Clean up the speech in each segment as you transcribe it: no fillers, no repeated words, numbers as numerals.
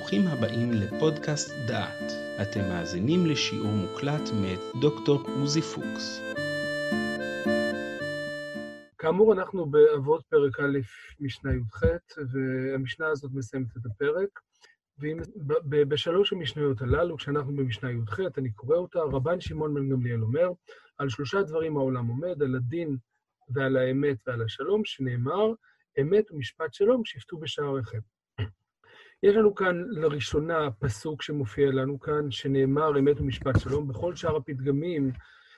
ברוכים הבאים לפודקאסט דעת. אתם מאזינים לשיעור מוקלט מאת דוקטור עוזי פוקס. כאמור, אנחנו באבות פרק א' משנה י"ח, והמשנה הזאת מסיימת את הפרק. בשלוש המשניות הללו, כשאנחנו במשנה י"ח, אני קורא אותה, רבן שמעון בן גמליאל אומר, על שלושה דברים העולם עומד, על הדין ועל האמת ועל השלום, שנאמר, אמת ומשפט שלום שפטו בשעריכם. יש לנו כאן לראשונה פסוק שמופיע לנו כאן, שנאמר אמת ומשפט שלום. בכל שאר הפתגמים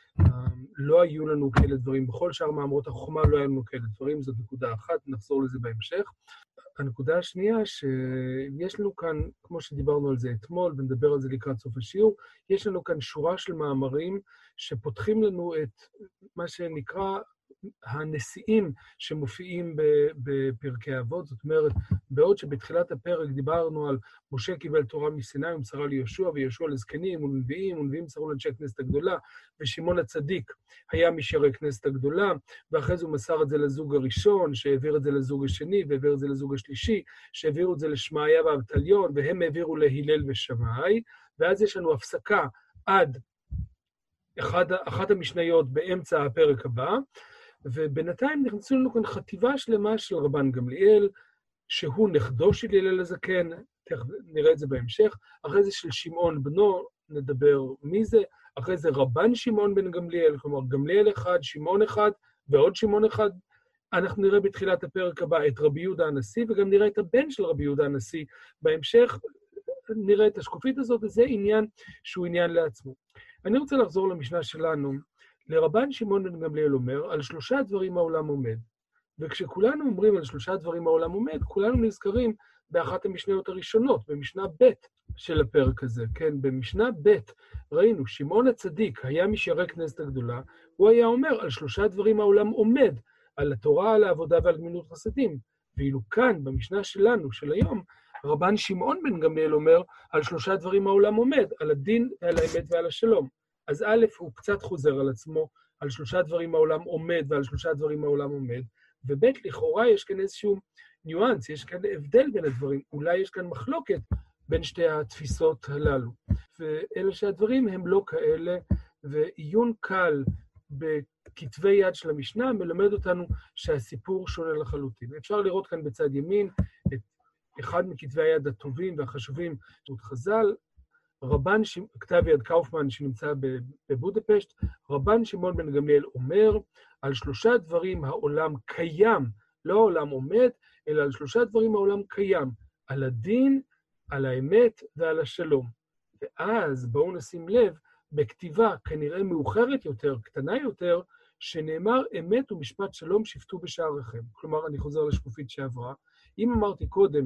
לא היו לנו כאלה דברים, בכל שאר מאמרות החוכמה לא היו לנו כאלה דברים, זאת נקודה אחת, נחזור לזה בהמשך. הנקודה השנייה שיש לנו כאן, כמו שדיברנו על זה אתמול, ונדבר על זה לקראת סוף השיעור, יש לנו כאן שורה של מאמרים שפותחים לנו את מה שנקרא הנשיאים שמופיעים בפרקי אבות. זאת אומרת, בעוד שבתחילת הפרק דיברנו על משה קיבל תורה מסיני ומסרה ליהושע, ויהושע לזקנים ונביאים, ונביאים מסרו לאנשי הכנסת הגדולה, ושמעון הצדיק היה משרי כנסת הגדולה, ואחרי זה הוא מסר את זה לזוג הראשון, שהעביר את זה לזוג השני, והעביר את זה לזוג השלישי, שהעבירו את זה לשמעיה ואבטליון, והם העבירו להילל ושמאי, ואז יש לנו הפסקה עד אחת המשניות באמצע הפרק הבא, ובינתיים נכנסו לנו כאן חטיבה שלמה של רבן גמליאל, שהוא נכדו של הלל הזקן, נראה את זה בהמשך, אחרי זה של שמעון בנו, נדבר מי זה, אחרי זה רבן שמעון בן גמליאל, כלומר גמליאל אחד, שמעון אחד, ועוד שמעון אחד. אנחנו נראה בתחילת הפרק הבא את רבי יהודה הנשיא, וגם נראה את הבן של רבי יהודה הנשיא. בהמשך נראה את השקופית הזאת, וזה עניין שהוא עניין לעצמו. אני רוצה לחזור למשנה שלנו, לרבן שמעון בן גמליאל אומר, על שלושה דברים העולם עומד. וכשכולנו אומרים על שלושה דברים העולם עומד, כולנו נזכרים באחת המשניות הראשונות, במשנה ב' של הפרק הזה. כן, במשנה ב' ראינו, שמעון הצדיק היה משרי כנסת הגדולה, הוא היה אומר, על שלושה דברים העולם עומד, על התורה, על העבודה ועל גמילות חסדים. ואילו כאן, במשנה שלנו, של היום, רבן שמעון בן גמליאל אומר, על שלושה דברים העולם עומד, על הדין ועל האמת ועל השלום. אז א', הוא קצת חוזר על עצמו, על שלושה דברים העולם עומד ועל שלושה דברים העולם עומד, וב', לכאורה יש כאן איזשהו ניואנס, יש כאן הבדל בין הדברים, אולי יש כאן מחלוקת בין שתי התפיסות הללו. ואלה שהדברים הם לא כאלה, ועיון קל בכתבי יד של המשנה מלמד אותנו שהסיפור שונה לחלוטין. אפשר לראות כאן בצד ימין את אחד מכתבי היד הטובים והחשובים של חז"ל, כתב יד קאופמן שנמצא בבודפשט, רבן שמעון בן גמליאל אומר, על שלושה דברים העולם קיים, לא העולם עומד, אלא על שלושה דברים העולם קיים, על הדין, על האמת ועל השלום. ואז בואו נשים לב, בכתיבה כנראה מאוחרת יותר, קטנה יותר, שנאמר אמת ומשפט שלום שפטו בשעריכם. כלומר, אני חוזר לשקופית שעברה. אם אמרתי קודם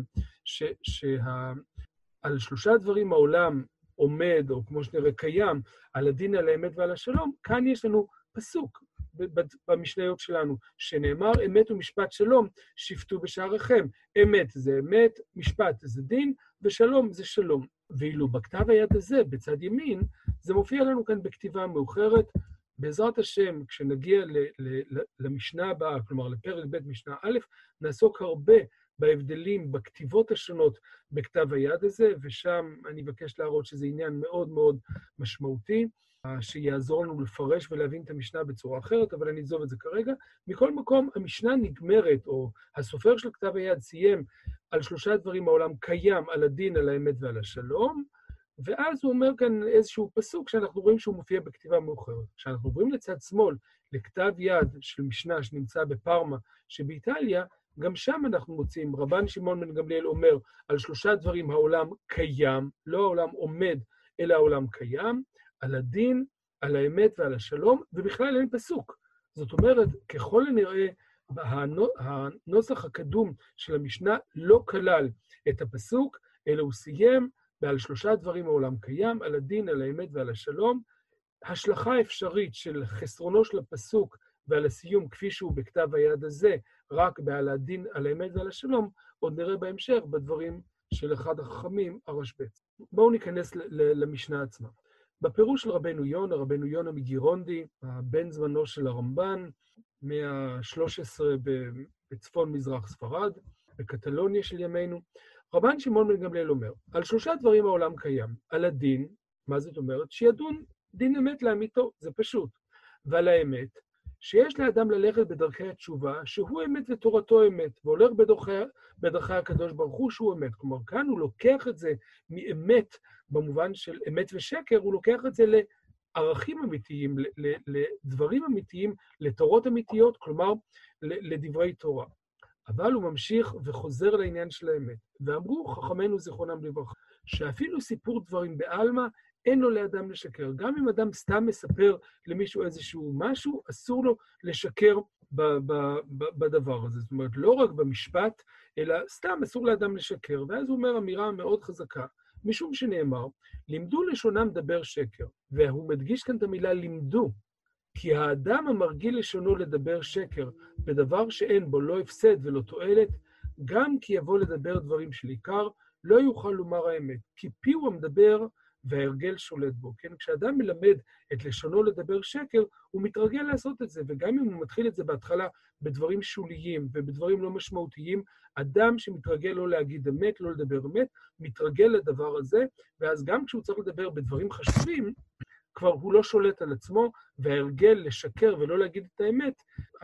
על שלושה דברים העולם עומד, או כמו שנראה קיים, על הדין, על האמת ועל השלום, כאן יש לנו פסוק במשניות שלנו, שנאמר אמת ומשפט שלום שפטו בשעריכם. אמת זה אמת, משפט זה דין, ושלום זה שלום. ואילו בכתב היד הזה, בצד ימין, זה מופיע לנו כאן בכתיבה מאוחרת, בעזרת השם, כשנגיע למשנה הבאה, כלומר לפרק ב' משנה א', נעסוק הרבה בהבדלים, בכתיבות השונות בכתב היד הזה, ושם אני מבקש להראות שזה עניין מאוד מאוד משמעותי, שיעזור לנו לפרש ולהבין את המשנה בצורה אחרת, אבל אני אעזוב את זה כרגע. מכל מקום, המשנה נגמרת, או הסופר של כתב היד סיים על שלושה דברים העולם קיים, על הדין, על האמת ועל השלום, ואז הוא אומר כאן איזשהו פסוק שאנחנו רואים שהוא מופיע בכתיבה מאוחרת. כשאנחנו עוברים לצד שמאל, לכתב יד של משנה שנמצא בפרמה שבאיטליה, גם שם אנחנו מוצאים, רבן שמעון בן גמליאל אומר, על שלושה דברים העולם קיים, לא העולם עומד, אלא העולם קיים, על הדין, על האמת ועל השלום, ובכלל אין פסוק. זאת אומרת, ככל הנראה, הנוסח הקדום של המשנה לא כלל את הפסוק, אלא הוא סיים ועל שלושה דברים העולם קיים, על הדין, על האמת ועל השלום. השלכה אפשרית של חסרונו של הפסוק ועל הסיום, כפי שהוא בכתב היד הזה, רק בעל הדין, על האמת ועל השלום, עוד נראה בהמשך בדברים של אחד החכמים, הרשב"ץ. בואו ניכנס למשנה עצמה. בפירוש של רבנו יונה מגירונדי, בן זמנו של הרמב"ן, מה-13 בצפון מזרח ספרד, בקטלוניה של ימינו, רבן שמעון בן גמליאל אומר, על 3 דברים העולם קיים, על הדין, מה זאת אומרת? שידון דין אמת לאמיתו, זה פשוט, ועל האמת, שיש לאדם ללכת בדרכי התשובה, שהוא אמת ותורתו אמת, והולך בדרכי הקדוש ברוך הוא שהוא אמת. כלומר, כאן הוא לוקח את זה מאמת, במובן של אמת ושקר, הוא לוקח את זה לערכים אמיתיים, לדברים אמיתיים, לתורות אמיתיות, כלומר, לדברי תורה. אבל הוא ממשיך וחוזר לעניין של האמת. ואמרו חכמינו זיכרונם לברכה, שאפילו סיפור דברים בעלמא, אין לו לאדם לשקר. גם אם אדם סתם מספר למישהו איזשהו משהו, אסור לו לשקר בדבר הזה. זאת אומרת, לא רק במשפט, אלא סתם אסור לאדם לשקר. ואז הוא אומר אמירה מאוד חזקה, משום שנאמר, לימדו לשונם דבר שקר. והוא מדגיש כאן את המילה לימדו, כי האדם המרגיל לשונו לדבר שקר, בדבר שאין בו לא הפסד ולא תועלת, גם כי יבוא לדבר דברים של עיקר, לא יוכל לומר האמת, כי פיהו המדבר וההרגל שולט בו. כן? כשאדם מלמד את לשונו לדבר שקר, הוא מתרגל לעשות את זה, וגם אם הוא מתחיל את זה בהתחלה בדברים שוליים ובדברים לא משמעותיים, אדם שמתרגל לא להגיד אמת, לא לדבר אמת, מתרגל לדבר הזה, ואז גם כשהוא צריך לדבר בדברים חשובים, כבר הוא לא שולט על עצמו, וההרגל לשקר ולא להגיד את האמת,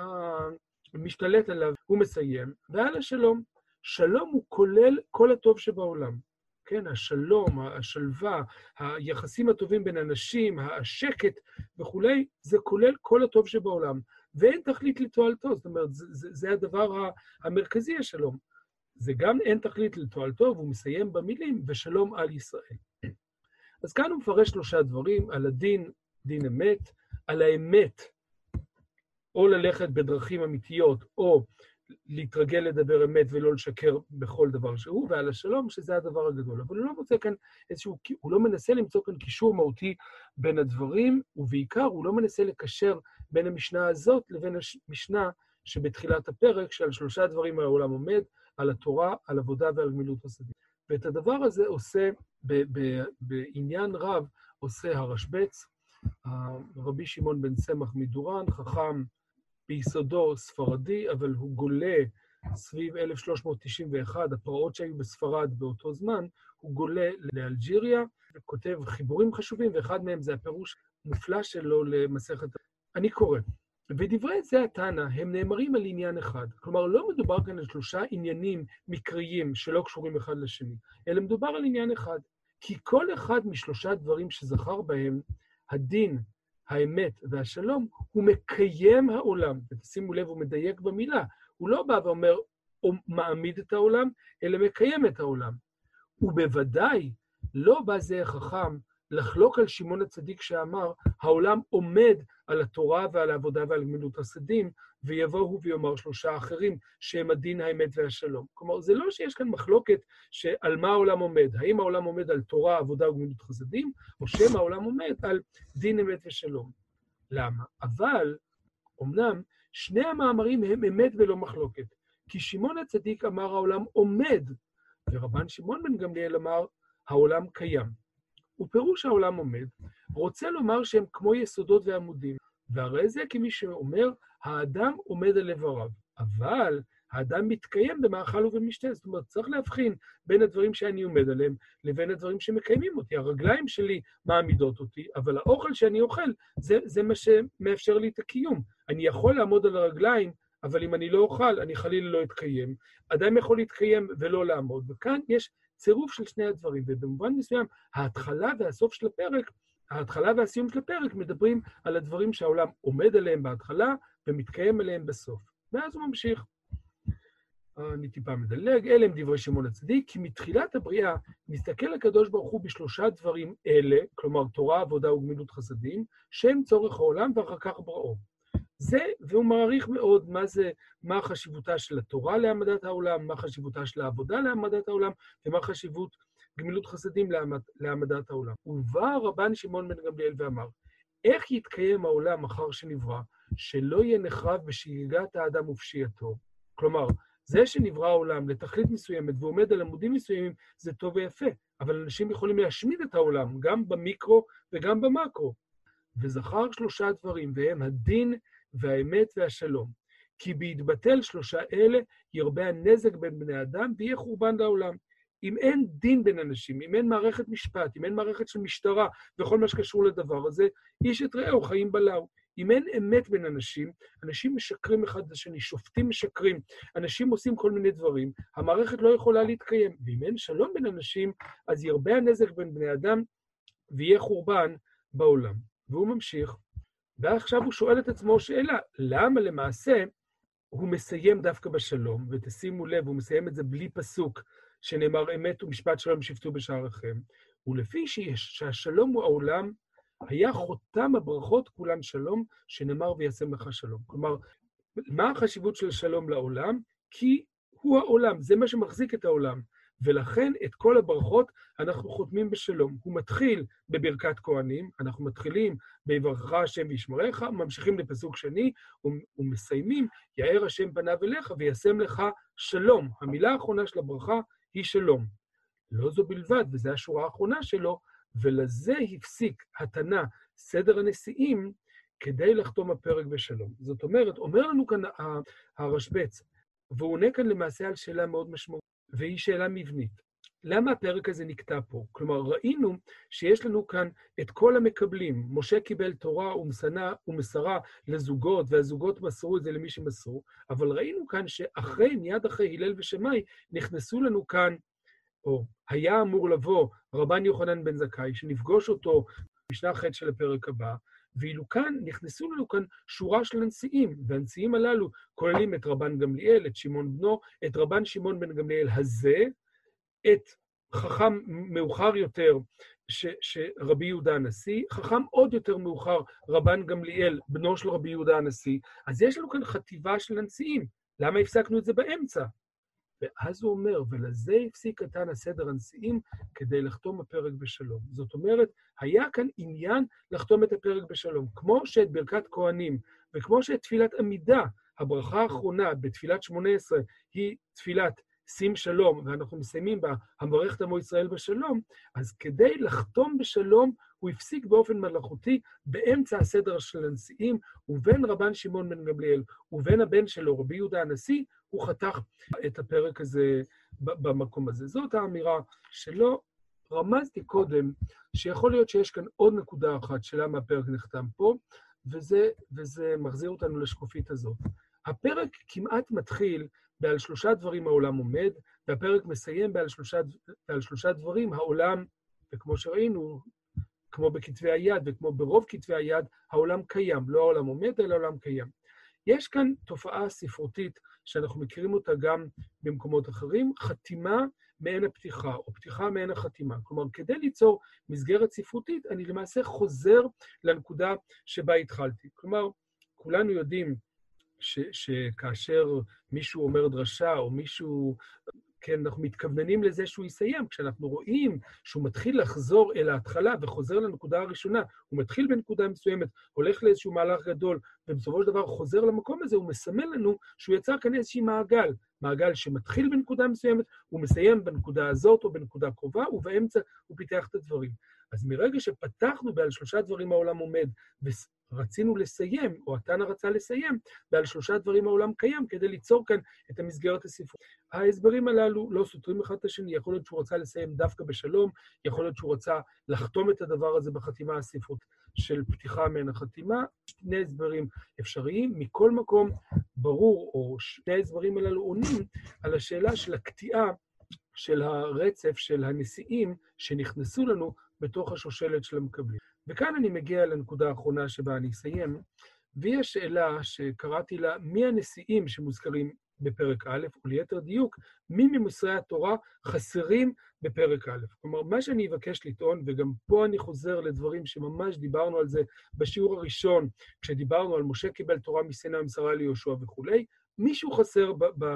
משתלט עליו, הוא מסיים. ועל השלום, שלום הוא כולל כל הטוב שבעולם. כן, השלום, השלווה, היחסים הטובים בין אנשים, השקט וכולי, זה כולל כל הטוב שבעולם. ואין תכלית לתועלתו, זאת אומרת, זה הדבר המרכזי, השלום. זה גם אין תכלית לתועלתו, והוא מסיים במילים, ושלום על ישראל. אז כאן הוא מפרש 3 דברים, על הדין, דין אמת, על האמת, או ללכת בדרכים אמיתיות, או להתרגל לדבר אמת ולא לשקר בכל דבר שהוא, ועל השלום, שזה הדבר הגדול. אבל הוא לא מוצא כאן הוא לא מנסה למצוא כאן קישור מהותי בין הדברים, ובעיקר הוא לא מנסה לקשר בין המשנה הזאת לבין המשנה שבתחילת הפרק, שעל 3 דברים העולם עומד, על התורה, על עבודה ועל גמילות חסדים. ואת הדבר הזה עושה, בעניין רב, עושה הרשב"ץ, רבי שמעון בן סמך מדורן, חכם ביסודו ספרדי, אבל הוא גולה סביב 1391, הפרעות שהיו בספרד באותו זמן, הוא גולה לאלג'יריה, וכותב חיבורים חשובים, ואחד מהם זה הפירוש מופלא שלו למסכת. אני קורא, ודברי זה התנא הם נאמרים על עניין אחד. כלומר, לא מדובר כאן על 3 עניינים מקריים שלא קשורים אחד לשני, אלא מדובר על עניין אחד. כי כל אחד מ3 דברים שזכר בהם, הדין, האמת והשלום, הוא מקיים העולם. ותשימו לב, הוא מדייק במילה. הוא לא בא ואומר, או מעמיד את העולם, אלא מקיים את העולם. ובוודאי לא בא זה חכם לחלוק על שמעון הצדיק שאמר, העולם עומד על התורה ועל העבודה ועל גמילות חסדים, ויבואו ויאמר 3 אחרים, שהם הדין, האמת והשלום. כלומר, זה לא שיש כאן מחלוקת על מה העולם עומד. האם העולם עומד על תורה, עבודה וגמילות חסדים, או שמא העולם עומד על דין, אמת ושלום. למה? אבל, אמנם, 2 המאמרים הם אמת ולא מחלוקת. כי שמעון הצדיק אמר, העולם עומד, ורבן שמעון בן גמליאל אמר, העולם קיים. ופירוש העולם עומד, רוצה לומר שהם כמו יסודות ועמודים, והרי זה כמי שאומר, האדם עומד על איבריו, אבל האדם מתקיים במאכל ובמשתה. זאת אומרת, צריך להבחין בין הדברים שאני עומד עליהם, לבין הדברים שמקיימים אותי. הרגליים שלי מעמידות אותי, אבל האוכל שאני אוכל, זה מה שמאפשר לי את הקיום. אני יכול לעמוד על הרגליים, אבל אם אני לא אוכל, אני חלילה לא אתקיים. אדם יכול להתקיים ולא לעמוד, וכאן יש צירוף של 2 הדברים, ובמובן מסוים, ההתחלה והסוף של הפרק, ההתחלה והסיום של הפרק מדברים על הדברים שהעולם עומד עליהם בהתחלה ומתקיים עליהם בסוף. ואז הוא ממשיך. אני טיפה מדלג, אלה הם דברי שמעון הצדיק, כי מתחילת הבריאה נסתכל הקדוש ברוך הוא ב3 דברים אלה, כלומר תורה, עבודה וגמילות חסדים, שהם צורך העולם ואחר כך בראו. זה, והוא מעריך מאוד מה חשיבותה של התורה להעמדת העולם, מה חשיבותה של העבודה להעמדת העולם, ומה חשיבות גמילות חסדים להעמדת העולם. ובא רבן שמעון בן גמליאל ואמר, איך יתקיים העולם אחר שנברא, שלא יהיה נחרב בשגגת האדם ופשיעתו? כלומר, זה שנברא העולם לתכלית מסוימת ועומד על עמודים מסוימים, זה טוב ויפה, אבל אנשים יכולים להשמיד את העולם, גם במיקרו וגם במקרו. וזכר 3 דברים, והם הדין והאמת והשלום. כי בהתבטל 3 אלה, ירבה הנזק בין בני אדם, ויהיה חורבן לעולם. אם אין דין בין אנשים, אם אין מערכת משפט, אם אין מערכת של משטרה וכל מה שקשור לדבר הזה, איש את רעהו חיים בלעו. אם אין אמת בין אנשים, אנשים משקרים אחד לשני, שופטים משקרים, אנשים עושים כל מיני דברים, המערכת לא יכולה להתקיים. ואם אין שלום בין אנשים, אז ירבה הנזק בין בני אדם ויהיה חורבן בעולם. והוא ממשיך, ועכשיו הוא שואל את עצמו שאלה, למה למעשה הוא מסיים דווקא בשלום, ותשימו לב, הוא מסיים את זה בלי פסוק, שנאמר אמת ומשפט שלום שפטו בשעריכם, ולפי שהשלום הוא העולם, היה חותם הברכות כולן שלום, שנאמר וישם לך שלום. כלומר, מה החשיבות של שלום לעולם? כי הוא העולם, זה מה שמחזיק את העולם. ולכן את כל הברכות אנחנו חותמים בשלום. הוא מתחיל בברכת כהנים, אנחנו מתחילים ביברכך השם וישמרך, ממשיכים לפסוק שני, ומסיימים, יאר השם פניו אליך וישם לך שלום. המילה האחרונה של הברכה היא שלום. לא זו בלבד, וזו השורה האחרונה שלו, ולזה הפסיק התנא סדר הנשיאים כדי לחתום הפרק בשלום. זאת אומרת, אומר לנו כאן הרשב"ץ, והוא עונה כאן למעשה על שאלה מאוד משמעותית, והיא שאלה מבנית. למה הפרק הזה נקטע פה? כלומר, ראינו שיש לנו כאן את כל המקבלים. משה קיבל תורה ומסרה לזוגות, והזוגות מסרו את זה למי שמסרו, אבל ראינו כאן מיד אחרי הלל ושמאי, נכנסו לנו כאן, או היה אמור לבוא רבן יוחנן בן זכאי, שנפגוש אותו בשנה ח' של הפרק הבא, ואילו כאן נכנסו לנו כאן שורה של הנשיאים, והנשיאים הללו כוללים את רבן גמליאל, את שמעון בנו, את רבן שמעון בן גמליאל הזה, את חכם מאוחר יותר שרבי יהודה הנשיא, חכם עוד יותר מאוחר רבן גמליאל, בנו של רבי יהודה הנשיא, אז יש לנו כאן חטיבה של הנשיאים. למה הפסקנו את זה באמצע? ואז הוא אומר, ולזה הפסיק התנא סדר הנשיאים כדי לחתום הפרק בשלום. זאת אומרת, היה כאן עניין לחתום את הפרק בשלום. כמו שאת ברכת כהנים, וכמו שאת תפילת עמידה, הברכה האחרונה בתפילת 18 היא תפילת שים שלום, ואנחנו מסיימים בה, המברך את עמו ישראל בשלום, אז כדי לחתום בשלום, הוא הפסיק באופן מלאכותי באמצע הסדר של הנשיאים, ובין רבן שמעון בן גמליאל, ובין הבן שלו, רבי יהודה הנשיא, הוא חתך את הפרק הזה במקום הזה. זאת האמירה שלו. רמזתי קודם שיכול להיות שיש כאן עוד נקודה אחת של למה הפרק נחתם פה, וזה מחזיר אותנו לשקופית הזאת. הפרק כמעט מתחיל בעל שלושה דברים העולם עומד, והפרק מסיים בעל שלושה דברים העולם, וכמו שראינו, כמו בכתבי היד וכמו ברוב כתבי היד, העולם קיים, לא העולם עומד, אלא העולם קיים. יש כאן תופעה ספרותית שאנחנו מכירים אותה גם במקומות אחרים, חתימה מעין הפתיחה, או פתיחה מעין החתימה. כלומר, כדי ליצור מסגרת ספרותית, אני למעשה חוזר לנקודה שבה התחלתי. כלומר, כולנו יודעים שכאשר מישהו אומר דרשה, או מישהו, כן, אנחנו מתכווננים לזה שהוא יסיים. כשאנחנו רואים שהוא מתחיל לחזור אל ההתחלה וחוזר לנקודה הראשונה, הוא מתחיל בנקודה מסוימת, הולך לאיזשהו מהלך גדול, ובסופו של דבר חוזר למקום הזה, הוא מסמן לנו שהוא יצר כאן איזושהי מעגל שמתחיל בנקודה מסוימת, הוא מסיים בנקודה הזאת או בנקודה קרובה, ובאמצע הוא פיתח את הדברים. אז מרגע שפתחנו בעל שלושה דברים העולם עומד, ורצינו לסיים, או התנא רצה לסיים, בעל שלושה דברים העולם קיים, כדי ליצור כאן את המסגרת הספרות. ההסברים הללו לא סותרים אחד את השני, יכול להיות שהוא רצה לסיים דווקא בשלום, יכול להיות שהוא רצה לחתום את הדבר הזה בחתימה הספרות של פתיחה מעין החתימה, שני הסברים אפשריים, מכל מקום ברור, או שני ההסברים הללו עונים על השאלה של הקטיעה של הרצף של הנשיאים שנכנסו לנו בתוך השושלת של המקבלים. וכאן אני מגיע לנקודה האחרונה שבה אני אסיים, והיא השאלה שקראתי לה, מי הנשיאים שמוזכרים בפרק א', וליתר דיוק, מי ממוסרי התורה חסרים בפרק א'. כלומר, מה שאני אבקש לטעון, וגם פה אני חוזר לדברים שממש דיברנו על זה בשיעור הראשון, כשדיברנו על משה קיבל תורה מסיני ומסרה ליהושע וכולי, מישהו חסר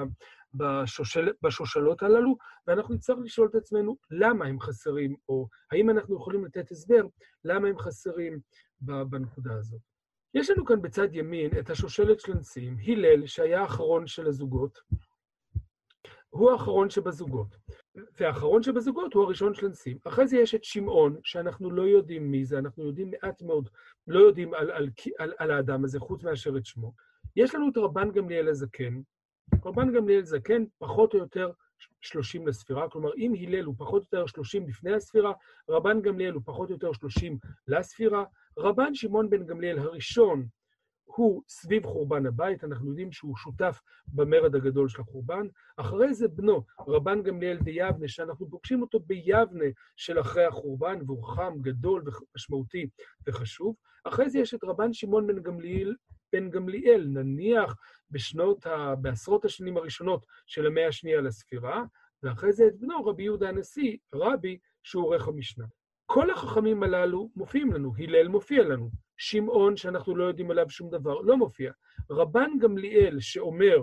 בשושלות הללו, ואנחנו נצטרך לשאול את עצמנו למה הם חסרים, או האם אנחנו יכולים לתת הסבר למה הם חסרים בנקודה הזאת. יש לנו כאן בצד ימין את השושלת של הנשיאים, הלל שהיה האחרון של הזוגות, הוא האחרון שבזוגות, והאחרון שבזוגות הוא הראשון של הנשיאים. אחרי זה יש את שמעון, שאנחנו לא יודעים מי זה, אנחנו יודעים מעט מאוד, לא יודעים על האדם הזה, חוץ מאשר את שמו. יש לנו את רבן גמליאל הזקן, רבן גמליאל זקן פחות או יותר 30 לספירה, כלומר, אם הלל הוא פחות או יותר 30 לפני הספירה, רבן גמליאל הוא פחות או יותר 30 לספירה, רבן שמעון בן גמליאל הראשון הוא סביב חורבן הבית, אנחנו יודעים שהוא שותף במרד הגדול של החורבן, אחרי זה בנו, רבן גמליאל דיבנה, שאנחנו פוגשים אותו ביבנה של אחרי החורבן, והוא חכם גדול ומשמעותי וחשוב, אחרי זה יש את רבן שמעון בן גמליאל, נניח בעשרות השנים הראשונות של המאה השנייה לספירה, ואחרי זה את בנו רבי יהודה הנשיא, רבי שהוא עורך המשנה. כל החכמים הללו מופיעים לנו, הלל מופיע לנו, שמעון שאנחנו לא יודעים עליו שום דבר, לא מופיע. רבן גמליאל שאומר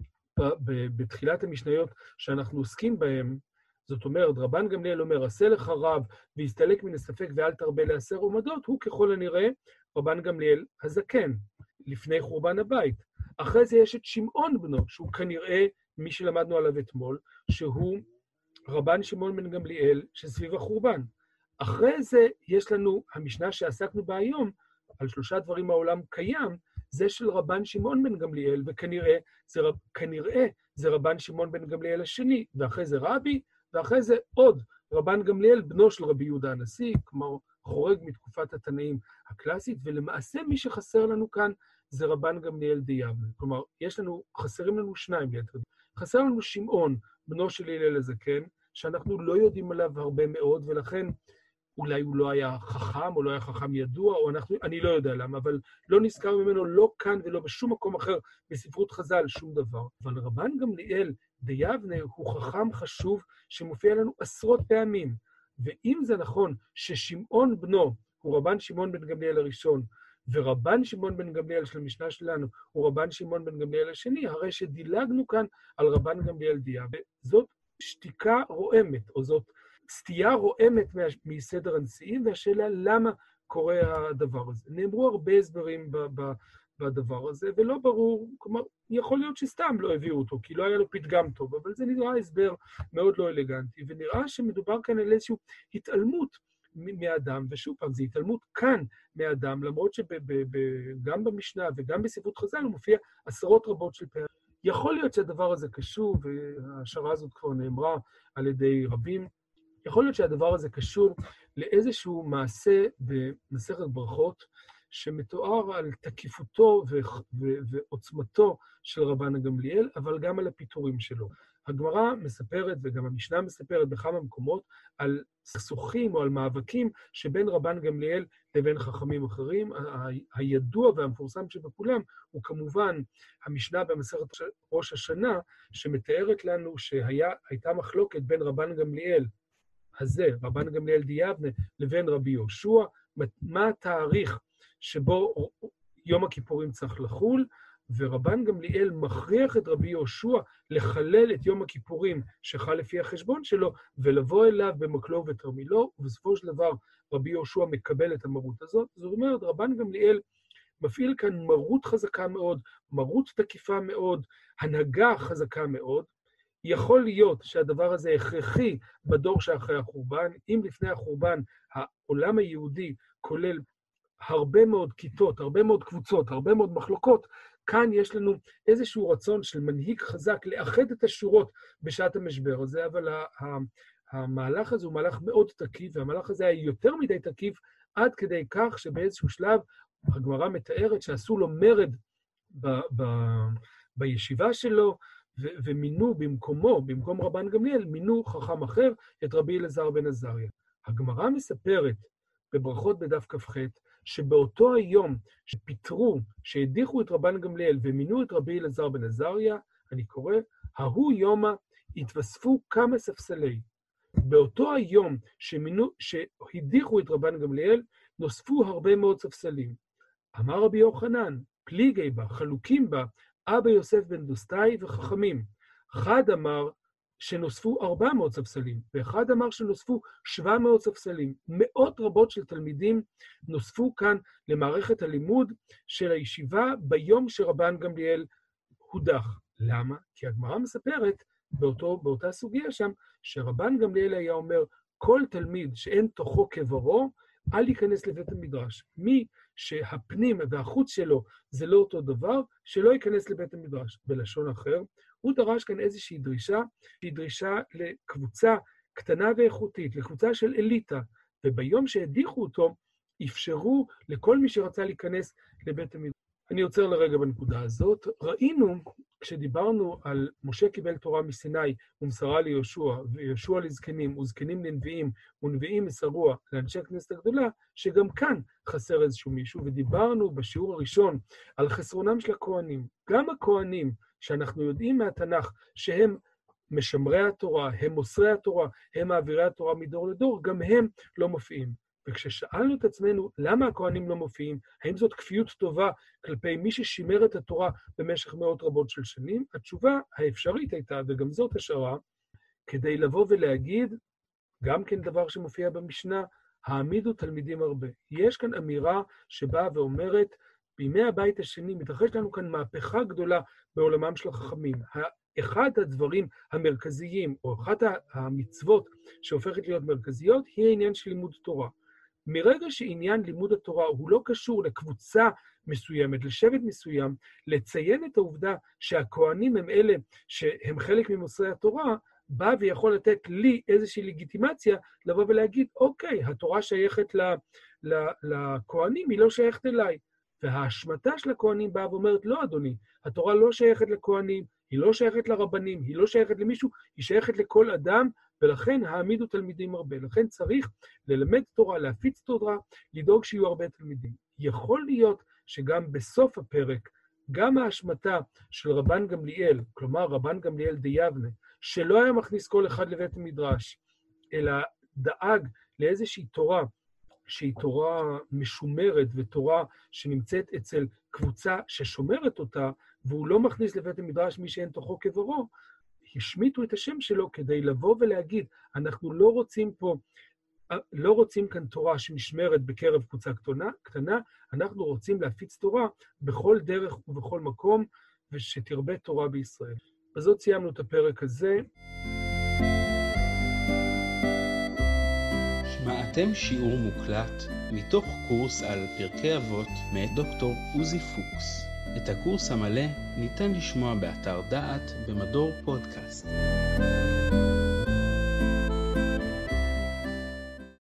בתחילת המשניות שאנחנו עוסקים בהם, זאת אומרת, רבן גמליאל אומר, עשה לך רב והסתלק מן הספק ואל תרבה לעשר עומדות, הוא ככל הנראה רבן גמליאל הזקן, לפני חורבן הבית. אחרי זה יש את שמעון בנו, שהוא כנראה מי שלמדנו עליו אתמול, שהוא רבן שמעון בן גמליאל שסביב החורבן. אחרי זה יש לנו המשנה שעסקנו בה היום, על 3 דברים העולם קיים, זה של רבן שמעון בן גמליאל, וכנראה זה רבן שמעון בן גמליאל השני, ואחרי זה רבי, ואחרי זה עוד רבן גמליאל, בנו של רבי יהודה הנשיא, כלומר חורג מתקופת התנאים הקלאסית, ולמעשה מי שחסר לנו כאן זה רבן גמליאל דיבנה. כלומר, חסרים לנו 2 ליתר. חסר לנו שמעון, בנו של הלל הזקן, שאנחנו לא יודעים עליו הרבה מאוד, ולכן אולי הוא לא היה חכם, או לא היה חכם ידוע, אני לא יודע למה, אבל לא נזכר ממנו לא כאן ולא בשום מקום אחר בספרות חז"ל, שום דבר. אבל רבן גמליאל דיבנה הוא חכם חשוב שמופיע לנו עשרות פעמים. ואם זה נכון ששמעון בנו הוא רבן שמעון בן גמליאל הראשון, ורבן שמעון בן גמליאל של המשנה שלנו הוא רבן שמעון בן גמליאל השני, הרי שדילגנו כאן על רבן גמליאל דיבנה. זאת שתיקה רועמת, או זאת סטייה רועמת מסדר הנשיאים, והשאלה למה קורה הדבר הזה. נאמרו הרבה הסברים בדבר הזה, ולא ברור, כלומר, יכול להיות שסתם לא הביאו אותו, כי לא היה לו פתגם טוב, אבל זה נראה הסבר מאוד לא אלגנטי, ונראה שמדובר כאן על איזושהי התעלמות מאדם, ושוב פעם, זו התעלמות כאן מאדם, למרות שגם במשנה וגם בספרות חז"ל הוא מופיע עשרות רבות של פעמים. יכול להיות שהדבר הזה קשור, וההשערה הזאת כבר נאמרה על ידי רבים, יכול להיות שהדבר הזה קשור לאיזשהו מעשה במסכת ברכות, שמתואר על תקיפותו ועוצמתו של רבן גמליאל, אבל גם על הפיטורים שלו. הגמרא מספרת, וגם המשנה מספרת בכמה מקומות, על סכסוכים או על מאבקים שבין רבן גמליאל לבין חכמים אחרים. הידוע והמפורסם שבכולם הוא כמובן המשנה במסכת ראש השנה, שמתארת לנו שהייתה מחלוקת בין רבן גמליאל הזה, רבן גמליאל דיבנה, לבין רבי יהושע, מה התאריך שבו יום הכיפורים צריך לחול, ורבן גמליאל מכריח את רבי יהושע לחלל את יום הכיפורים שחל לפי החשבון שלו, ולבוא אליו במקלו ותרמילו, ובסופו של דבר רבי יהושע מקבל את המרות הזאת. זאת אומרת, רבן גמליאל מפעיל כאן מרות חזקה מאוד, מרות תקיפה מאוד, הנהגה חזקה מאוד. יכול להיות שהדבר הזה הכרחי בדור שאחרי החורבן. אם לפני החורבן העולם היהודי כולל הרבה מאוד כיתות, הרבה מאוד קבוצות, הרבה מאוד מחלוקות, כאן יש לנו איזשהו רצון של מנהיג חזק לאחד את השורות בשעת המשבר הזה, אבל המהלך הזה הוא מהלך מאוד תקיף, והמהלך הזה היה יותר מדי תקיף, עד כדי כך שבאיזשהו שלב הגמרא מתארת שעשו לו מרד בישיבה שלו, ומינו במקום רבן גמליאל, מינו חכם אחר, את רבי אלעזר בן עזריה. הגמרא מספרת בברכות בדף כ"ח, שבאותו היום שפיטרו, שהדיחו את רבן גמליאל ומינו את רבי אלעזר בן עזריה, אני קורא, ההוא יומא התווספו כמה ספסלי. באותו היום שהדיחו את רבן גמליאל, נוספו הרבה מאוד ספסלים. אמר רבי יוחנן, פליגי בה, חלוקים בה, אבא יוסף בן דוסטאי וחכמים. אחד אמר שנוספו 400 ספסלים, ואחד אמר שנוספו 700 ספסלים. מאות רבות של תלמידים נוספו כאן למערכת הלימוד של הישיבה ביום שרבן גמליאל הודח. למה? כי הגמרא מספרת באותה סוגיה שם, שרבן גמליאל היה אומר, כל תלמיד שאין תוכו כברו, אל ייכנס לבית המדרש. מי שהפנים והחוץ שלו זה לא אותו דבר, שלא ייכנס לבית המדרש. בלשון אחר, הוא דרש כאן איזושהי דרישה, שהיא דרישה לקבוצה קטנה ואיכותית, לקבוצה של אליטה, וביום שהדיחו אותו, אפשרו לכל מי שרצה להיכנס לבית המדרש. אני עוצר לרגע בנקודה הזאת. ראינו, כשדיברנו על משה קיבל תורה מסיני ומסרה ליהושע, ויהושע לזקנים, וזקנים לנביאים, ונביאים מסרוה לאנשי הכנסת הגדולה, שגם כאן חסר איזשהו מישהו, ודיברנו בשיעור הראשון על חסרונם של הכהנים. גם הכהנים, שאנחנו יודעים מהתנ"ך שהם משמרי התורה, הם מוסרי התורה, הם מעבירי התורה מדור לדור, גם הם לא מופיעים. וכששאלנו את עצמנו למה הכהנים לא מופיעים, האם זאת כפיות טובה כלפי מי ששימר את התורה במשך מאות רבות של שנים, התשובה האפשרית הייתה, וגם זאת השערה, כדי לבוא ולהגיד, גם כן דבר שמופיע במשנה, העמידו תלמידים הרבה. יש כאן אמירה שבאה ואומרת, בימי הבית השני מתרחש לנו כאן מהפכה גדולה בעולמם של החכמים. אחד הדברים המרכזיים, או אחת המצוות שהופכת להיות מרכזיות, היא העניין של לימוד תורה. מרגע שעניין לימוד התורה הוא לא קשור לקבוצה מסוימת, לשבט מסוים, לציין את העובדה שהכהנים הם אלה שהם חלק ממוסרי התורה, בא ויכול לתת לי איזושהי לגיטימציה, לבוא ולהגיד, אוקיי, התורה שייכת לכהנים, היא לא שייכת אליי. וההשמטה של הכהנים באה ואומרת, לא אדוני, התורה לא שייכת לכהנים, היא לא שייכת לרבנים, היא לא שייכת למישהו, היא שייכת לכל אדם, ולכן העמידו תלמידים הרבה. לכן צריך ללמד תורה, להפיץ תורה, לדאוג שיהיו הרבה תלמידים. יכול להיות שגם בסוף הפרק, גם ההשמטה של רבן גמליאל, כלומר רבן גמליאל דיבנה, שלא היה מכניס כל אחד לבית המדרש, אלא דאג לאיזושהי תורה, שהיא תורה משומרת ותורה שנמצאת אצל קבוצה ששומרת אותה, והוא לא מכניס לבית המדרש מי שאין תוכו כברו, השמיטו את השם שלו כדי לבוא ולהגיד, אנחנו לא רוצים כאן תורה שנשמרת בקרב קבוצה קטנה, אנחנו רוצים להפיץ תורה בכל דרך ובכל מקום, ושתרבה תורה בישראל. בזאת סיימנו את הפרק הזה. שמעתם שיעור מוקלט מתוך קורס על פרקי אבות מאת דוקטור עוזי פוקס. את הקורס המלא ניתן לשמוע באתר דעת במדור פודקאסט.